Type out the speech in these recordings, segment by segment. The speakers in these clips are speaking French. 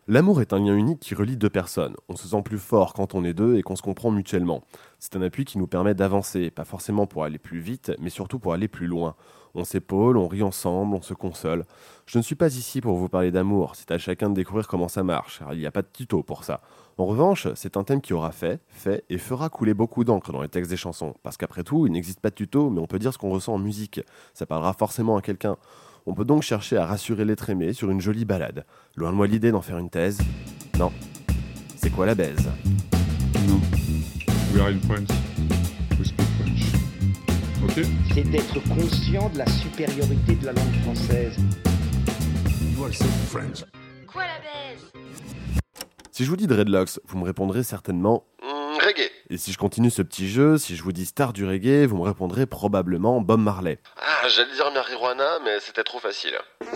L'amour est un lien unique qui relie deux personnes. On se sent plus fort quand on est deux et qu'on se comprend mutuellement. C'est un appui qui nous permet d'avancer, pas forcément pour aller plus vite, mais surtout pour aller plus loin. On s'épaule, on rit ensemble, on se console. Je ne suis pas ici pour vous parler d'amour, c'est à chacun de découvrir comment ça marche, car il n'y a pas de tuto pour ça. En revanche, c'est un thème qui aura fait et fera couler beaucoup d'encre dans les textes des chansons. Parce qu'après tout, il n'existe pas de tuto, mais on peut dire ce qu'on ressent en musique. Ça parlera forcément à quelqu'un. On peut donc chercher à rassurer l'être aimé sur une jolie balade. Loin de moi l'idée d'en faire une thèse. Non. C'est quoi la baise? Non. We are in France. We speak French. Ok? C'est d'être conscient de la supériorité de la langue française. You are so French. Quoi la baise? Si je vous dis Dreadlocks, vous me répondrez certainement reggae. Et si je continue ce petit jeu, si je vous dis star du reggae, vous me répondrez probablement Bob Marley. Ah, j'allais dire marijuana, mais c'était trop facile.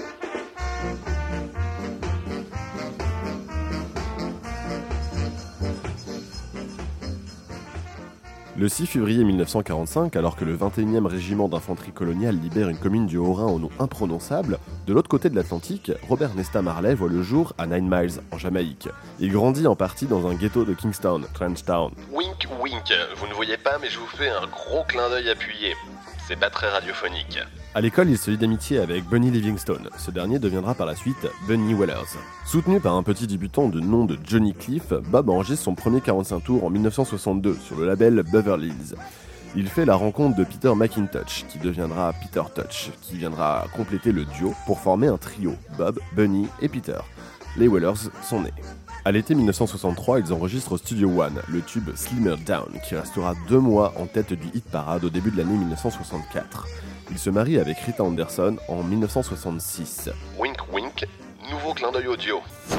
Le 6 février 1945, alors que le 21e régiment d'infanterie coloniale libère une commune du Haut-Rhin au nom imprononçable, de l'autre côté de l'Atlantique, Robert Nesta Marley voit le jour à 9 Miles, en Jamaïque. Il grandit en partie dans un ghetto de Kingston, Trenchtown. Wink wink, vous ne voyez pas mais je vous fais un gros clin d'œil appuyé. C'est pas très radiophonique. À l'école, il se lie d'amitié avec Bunny Livingstone. Ce dernier deviendra par la suite Bunny Wellers. Soutenu par un petit débutant de nom de Johnny Cliff, Bob enregistre son premier 45 tours en 1962 sur le label Beverly Hills. Il fait la rencontre de Peter McIntosh, qui deviendra Peter Touch, qui viendra compléter le duo pour former un trio, Bob, Bunny et Peter. Les Wellers sont nés. À l'été 1963, ils enregistrent au Studio One le tube Slimmer Down, qui restera 2 mois en tête du hit parade au début de l'année 1964. Il se marie avec Rita Anderson en 1966. Wink wink, nouveau clin d'œil audio.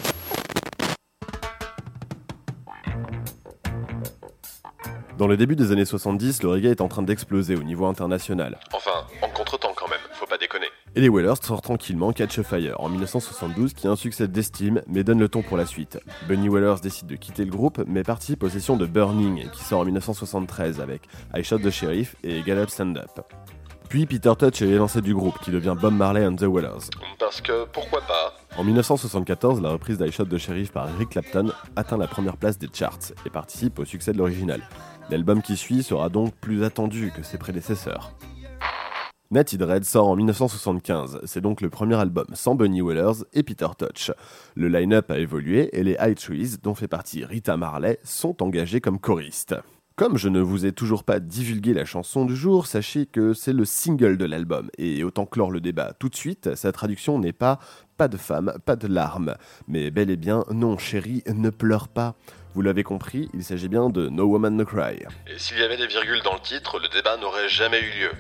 Dans le début des années 70, le reggae est en train d'exploser au niveau international. Enfin, en contre-temps quand même, faut pas déconner. Et les Wailers sortent tranquillement Catch a Fire en 1972, qui est un succès d'estime, mais donne le ton pour la suite. Bunny Wailers décide de quitter le groupe, mais participe aux sessions de Burning, qui sort en 1973 avec I Shot the Sheriff et Get Up Stand Up. Puis Peter Touch est lancé du groupe, qui devient Bob Marley and the Wailers. Parce que pourquoi pas? En 1974, la reprise d'I Shot the Sheriff par Eric Clapton atteint la première place des charts et participe au succès de l'original. L'album qui suit sera donc plus attendu que ses prédécesseurs. Natty Dread sort en 1975, c'est donc le premier album sans Bunny Wailers et Peter Touch. Le line-up a évolué et les High Trees, dont fait partie Rita Marley, sont engagés comme choristes. Comme je ne vous ai toujours pas divulgué la chanson du jour, sachez que c'est le single de l'album, et autant clore le débat tout de suite, sa traduction n'est pas « pas de femme, pas de larmes », mais bel et bien « non chérie, ne pleure pas ». Vous l'avez compris, il s'agit bien de No Woman No Cry. Et s'il y avait des virgules dans le titre, le débat n'aurait jamais eu lieu.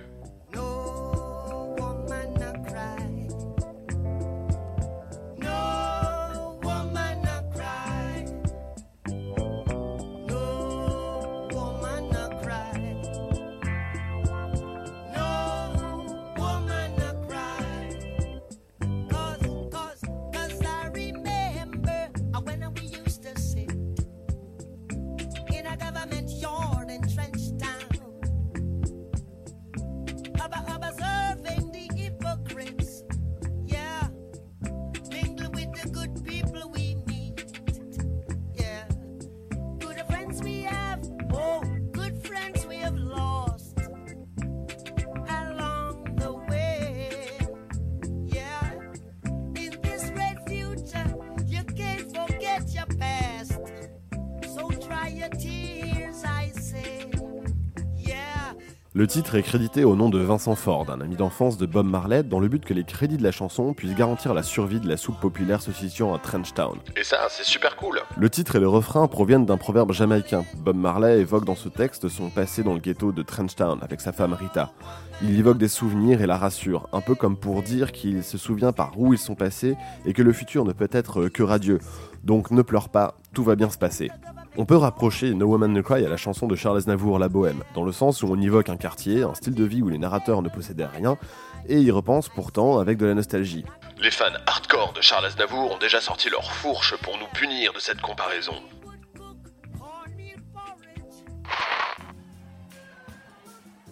Le titre est crédité au nom de Vincent Ford, un ami d'enfance de Bob Marley, dans le but que les crédits de la chanson puissent garantir la survie de la soupe populaire se situant à Trenchtown. Et ça, c'est super cool. Le titre et le refrain proviennent d'un proverbe jamaïcain. Bob Marley évoque dans ce texte son passé dans le ghetto de Trenchtown avec sa femme Rita. Il évoque des souvenirs et la rassure, un peu comme pour dire qu'il se souvient par où ils sont passés et que le futur ne peut être que radieux. Donc ne pleure pas, tout va bien se passer. On peut rapprocher No Woman No Cry à la chanson de Charles Aznavour, La Bohème, dans le sens où on évoque un quartier, un style de vie où les narrateurs ne possédaient rien, et y repensent pourtant avec de la nostalgie. Les fans hardcore de Charles Aznavour ont déjà sorti leur fourche pour nous punir de cette comparaison.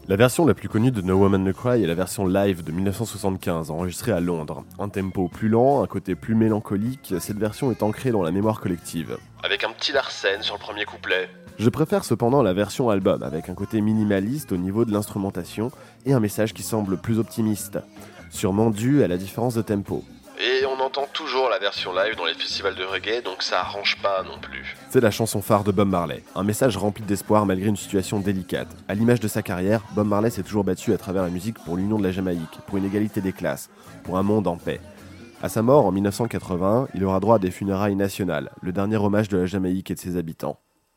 La version la plus connue de No Woman No Cry est la version live de 1975, enregistrée à Londres. Un tempo plus lent, un côté plus mélancolique, cette version est ancrée dans la mémoire collective. Avec un petit Larsen sur le premier couplet. Je préfère cependant la version album, avec un côté minimaliste au niveau de l'instrumentation et un message qui semble plus optimiste, sûrement dû à la différence de tempo. Et on entend toujours la version live dans les festivals de reggae, donc ça arrange pas non plus. C'est la chanson phare de Bob Marley, un message rempli d'espoir malgré une situation délicate. À l'image de sa carrière, Bob Marley s'est toujours battu à travers la musique pour l'union de la Jamaïque, pour une égalité des classes, pour un monde en paix. À sa mort en 1981, il aura droit à des funérailles nationales, le dernier hommage de la Jamaïque et de ses habitants.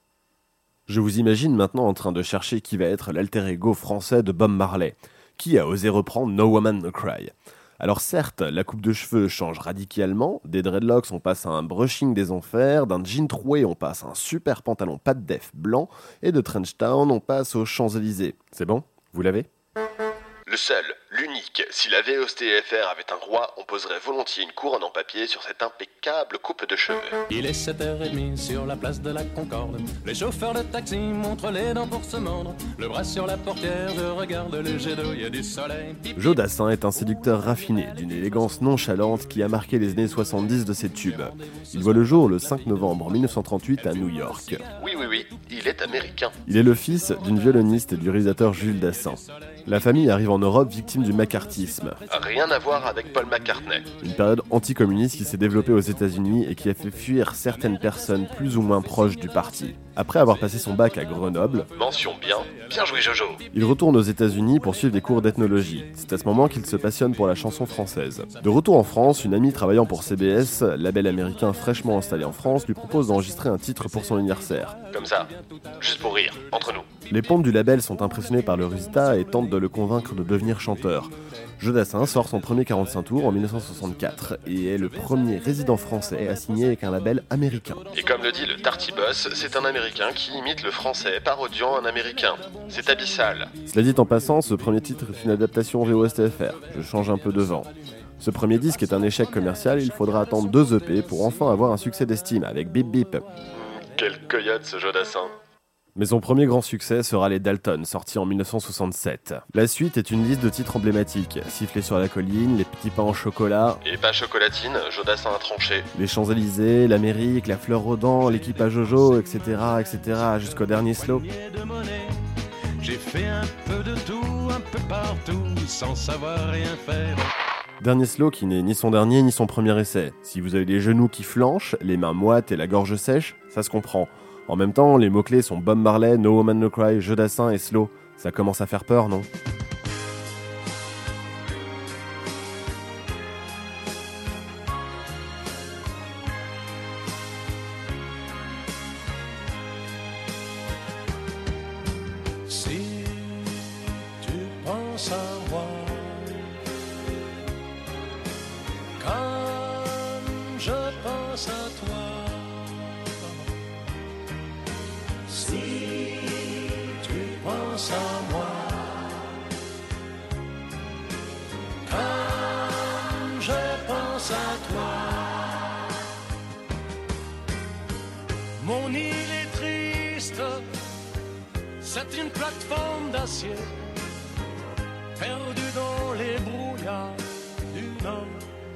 Je vous imagine maintenant en train de chercher qui va être l'alter ego français de Bob Marley. Qui a osé reprendre No Woman No Cry ? Alors certes, la coupe de cheveux change radicalement, des dreadlocks on passe à un brushing des enfers, d'un jean troué on passe à un super pantalon pas de def blanc, et de Trench Town on passe aux Champs-Élysées. C'est bon ? Vous l'avez ? Le seul, l'unique, si la VOSTFR avait un roi, on poserait volontiers une couronne en papier sur cette impeccable coupe de cheveux. Il est 7h30 sur la place de la Concorde. Les chauffeurs de taxi montrent les dents pour se mordre. Le bras sur la portière, je regarde le jet d'eau, il y a du soleil. Joe Dassin est un séducteur raffiné, d'une élégance nonchalante qui a marqué les années 70 de ses tubes. Il voit le jour le 5 novembre 1938 à New York. Oui, il est américain. Il est le fils d'une violoniste et du réalisateur Jules Dassin. La famille arrive en Europe victime du macartisme. Rien à voir avec Paul McCartney. Une période anticommuniste qui s'est développée aux États-Unis et qui a fait fuir certaines personnes plus ou moins proches du parti. Après avoir passé son bac à Grenoble, mention bien joué Jojo. Il retourne aux États-Unis pour suivre des cours d'ethnologie. C'est à ce moment qu'il se passionne pour la chanson française. De retour en France, une amie travaillant pour CBS, label américain fraîchement installé en France, lui propose d'enregistrer un titre pour son anniversaire. Comme ça, juste pour rire, entre nous. Les pontes du label sont impressionnés par le résultat et tentent de le convaincre de devenir chanteur. Joe Dassin sort son premier 45 tours en 1964 et est le premier résident français à signer avec un label américain. Et comme le dit le Tarty Boss, c'est un américain qui imite le français parodiant un américain. C'est abyssal. Cela dit en passant, ce premier titre est une adaptation VOSTFR. Je change un peu de vent. Ce premier disque est un échec commercial, il faudra attendre 2 EP pour enfin avoir un succès d'estime avec Bip Bip. Quel coyote ce Joe Dassin. Mais son premier grand succès sera Les Dalton, sorti en 1967. La suite est une liste de titres emblématiques. Siffler sur la colline, Les petits pains au chocolat... Et pas chocolatine, Joe Dassin a tranché. Les Champs-Élysées, l'Amérique, La fleur aux dents, L'équipe à Jojo, etc., jusqu'au dernier slow. J'ai fait un peu de tout, un peu partout, sans savoir rien faire. Dernier slow qui n'est ni son dernier ni son premier essai. Si vous avez les genoux qui flanchent, les mains moites et la gorge sèche, ça se comprend. En même temps, les mots-clés sont Bob Marley, No Woman No Cry, Joe Dassin et slow. Ça commence à faire peur, non ? Si tu penses à moi, comme je pense à toi, si tu penses à moi, comme je pense à toi, mon île est triste, c'est une plateforme d'acier, perdue dans les brouillards du Nord.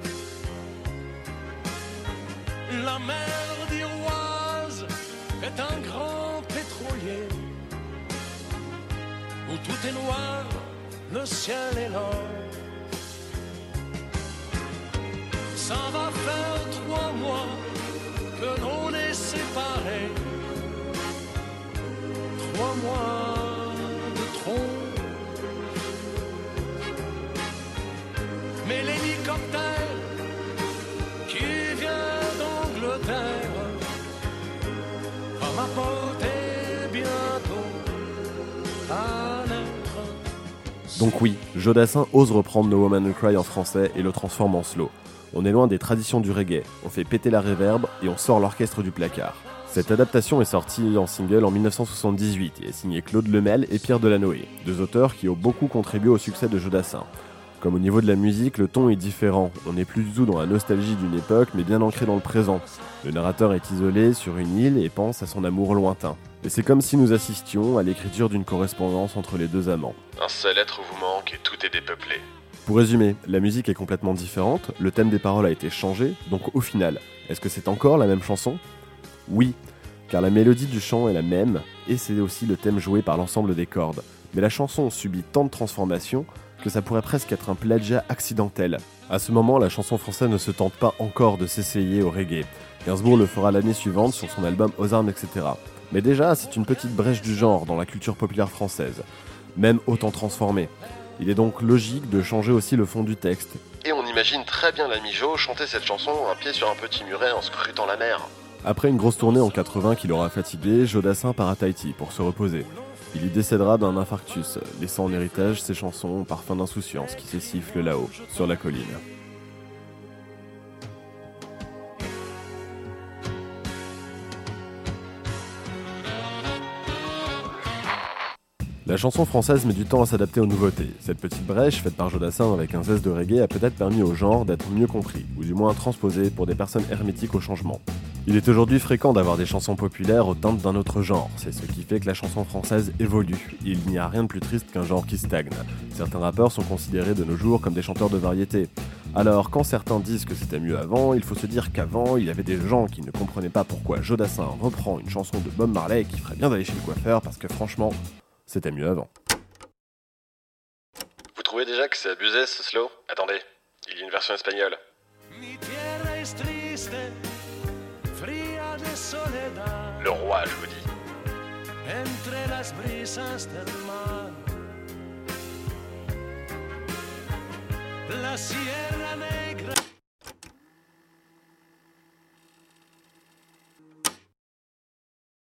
La mer d'Iroise est un grand pétrolier où tout est noir, le ciel est l'or. Ça va faire 3 mois que l'on est séparés, 3 mois de trop. Mais l'hélicoptère qui vient d'Angleterre va m'apporter bientôt à naître. Donc oui, Joe Dassin ose reprendre No Woman No Cry en français et le transforme en slow. On est loin des traditions du reggae, on fait péter la réverb et on sort l'orchestre du placard. Cette adaptation est sortie en single en 1978 et est signée Claude Lemel et Pierre Delanoë, 2 auteurs qui ont beaucoup contribué au succès de Joe Dassin. Comme au niveau de la musique, le ton est différent. On n'est plus du tout dans la nostalgie d'une époque, mais bien ancré dans le présent. Le narrateur est isolé sur une île et pense à son amour lointain. Et c'est comme si nous assistions à l'écriture d'une correspondance entre les deux amants. Un seul être vous manque et tout est dépeuplé. Pour résumer, la musique est complètement différente, le thème des paroles a été changé, donc au final, est-ce que c'est encore la même chanson ? Oui, car la mélodie du chant est la même, et c'est aussi le thème joué par l'ensemble des cordes. Mais la chanson subit tant de transformations que ça pourrait presque être un plagiat accidentel. À ce moment, la chanson française ne se tente pas encore de s'essayer au reggae. Gainsbourg le fera l'année suivante sur son album Aux armes, etc. Mais déjà, c'est une petite brèche du genre dans la culture populaire française, même autant transformée. Il est donc logique de changer aussi le fond du texte. Et on imagine très bien l'ami Joe chanter cette chanson un pied sur un petit muret en scrutant la mer. Après une grosse tournée en 80 qui l'aura fatigué, Joe Dassin part à Tahiti pour se reposer. Il y décédera d'un infarctus, laissant en héritage ses chansons Parfum d'insouciance qui se sifflent là-haut, sur la colline. La chanson française met du temps à s'adapter aux nouveautés. Cette petite brèche, faite par Joe Dassin avec un zeste de reggae, a peut-être permis au genre d'être mieux compris, ou du moins transposé pour des personnes hermétiques au changement. Il est aujourd'hui fréquent d'avoir des chansons populaires aux teintes d'un autre genre, c'est ce qui fait que la chanson française évolue. Il n'y a rien de plus triste qu'un genre qui stagne. Certains rappeurs sont considérés de nos jours comme des chanteurs de variété. Alors, quand certains disent que c'était mieux avant, il faut se dire qu'avant, il y avait des gens qui ne comprenaient pas pourquoi Joe Dassin reprend une chanson de Bob Marley et qui ferait bien d'aller chez le coiffeur parce que franchement, c'était mieux avant. Vous trouvez déjà que c'est abusé ce slow ? Attendez, il y a une version espagnole. Le roi, je vous dis. La Sierra Negra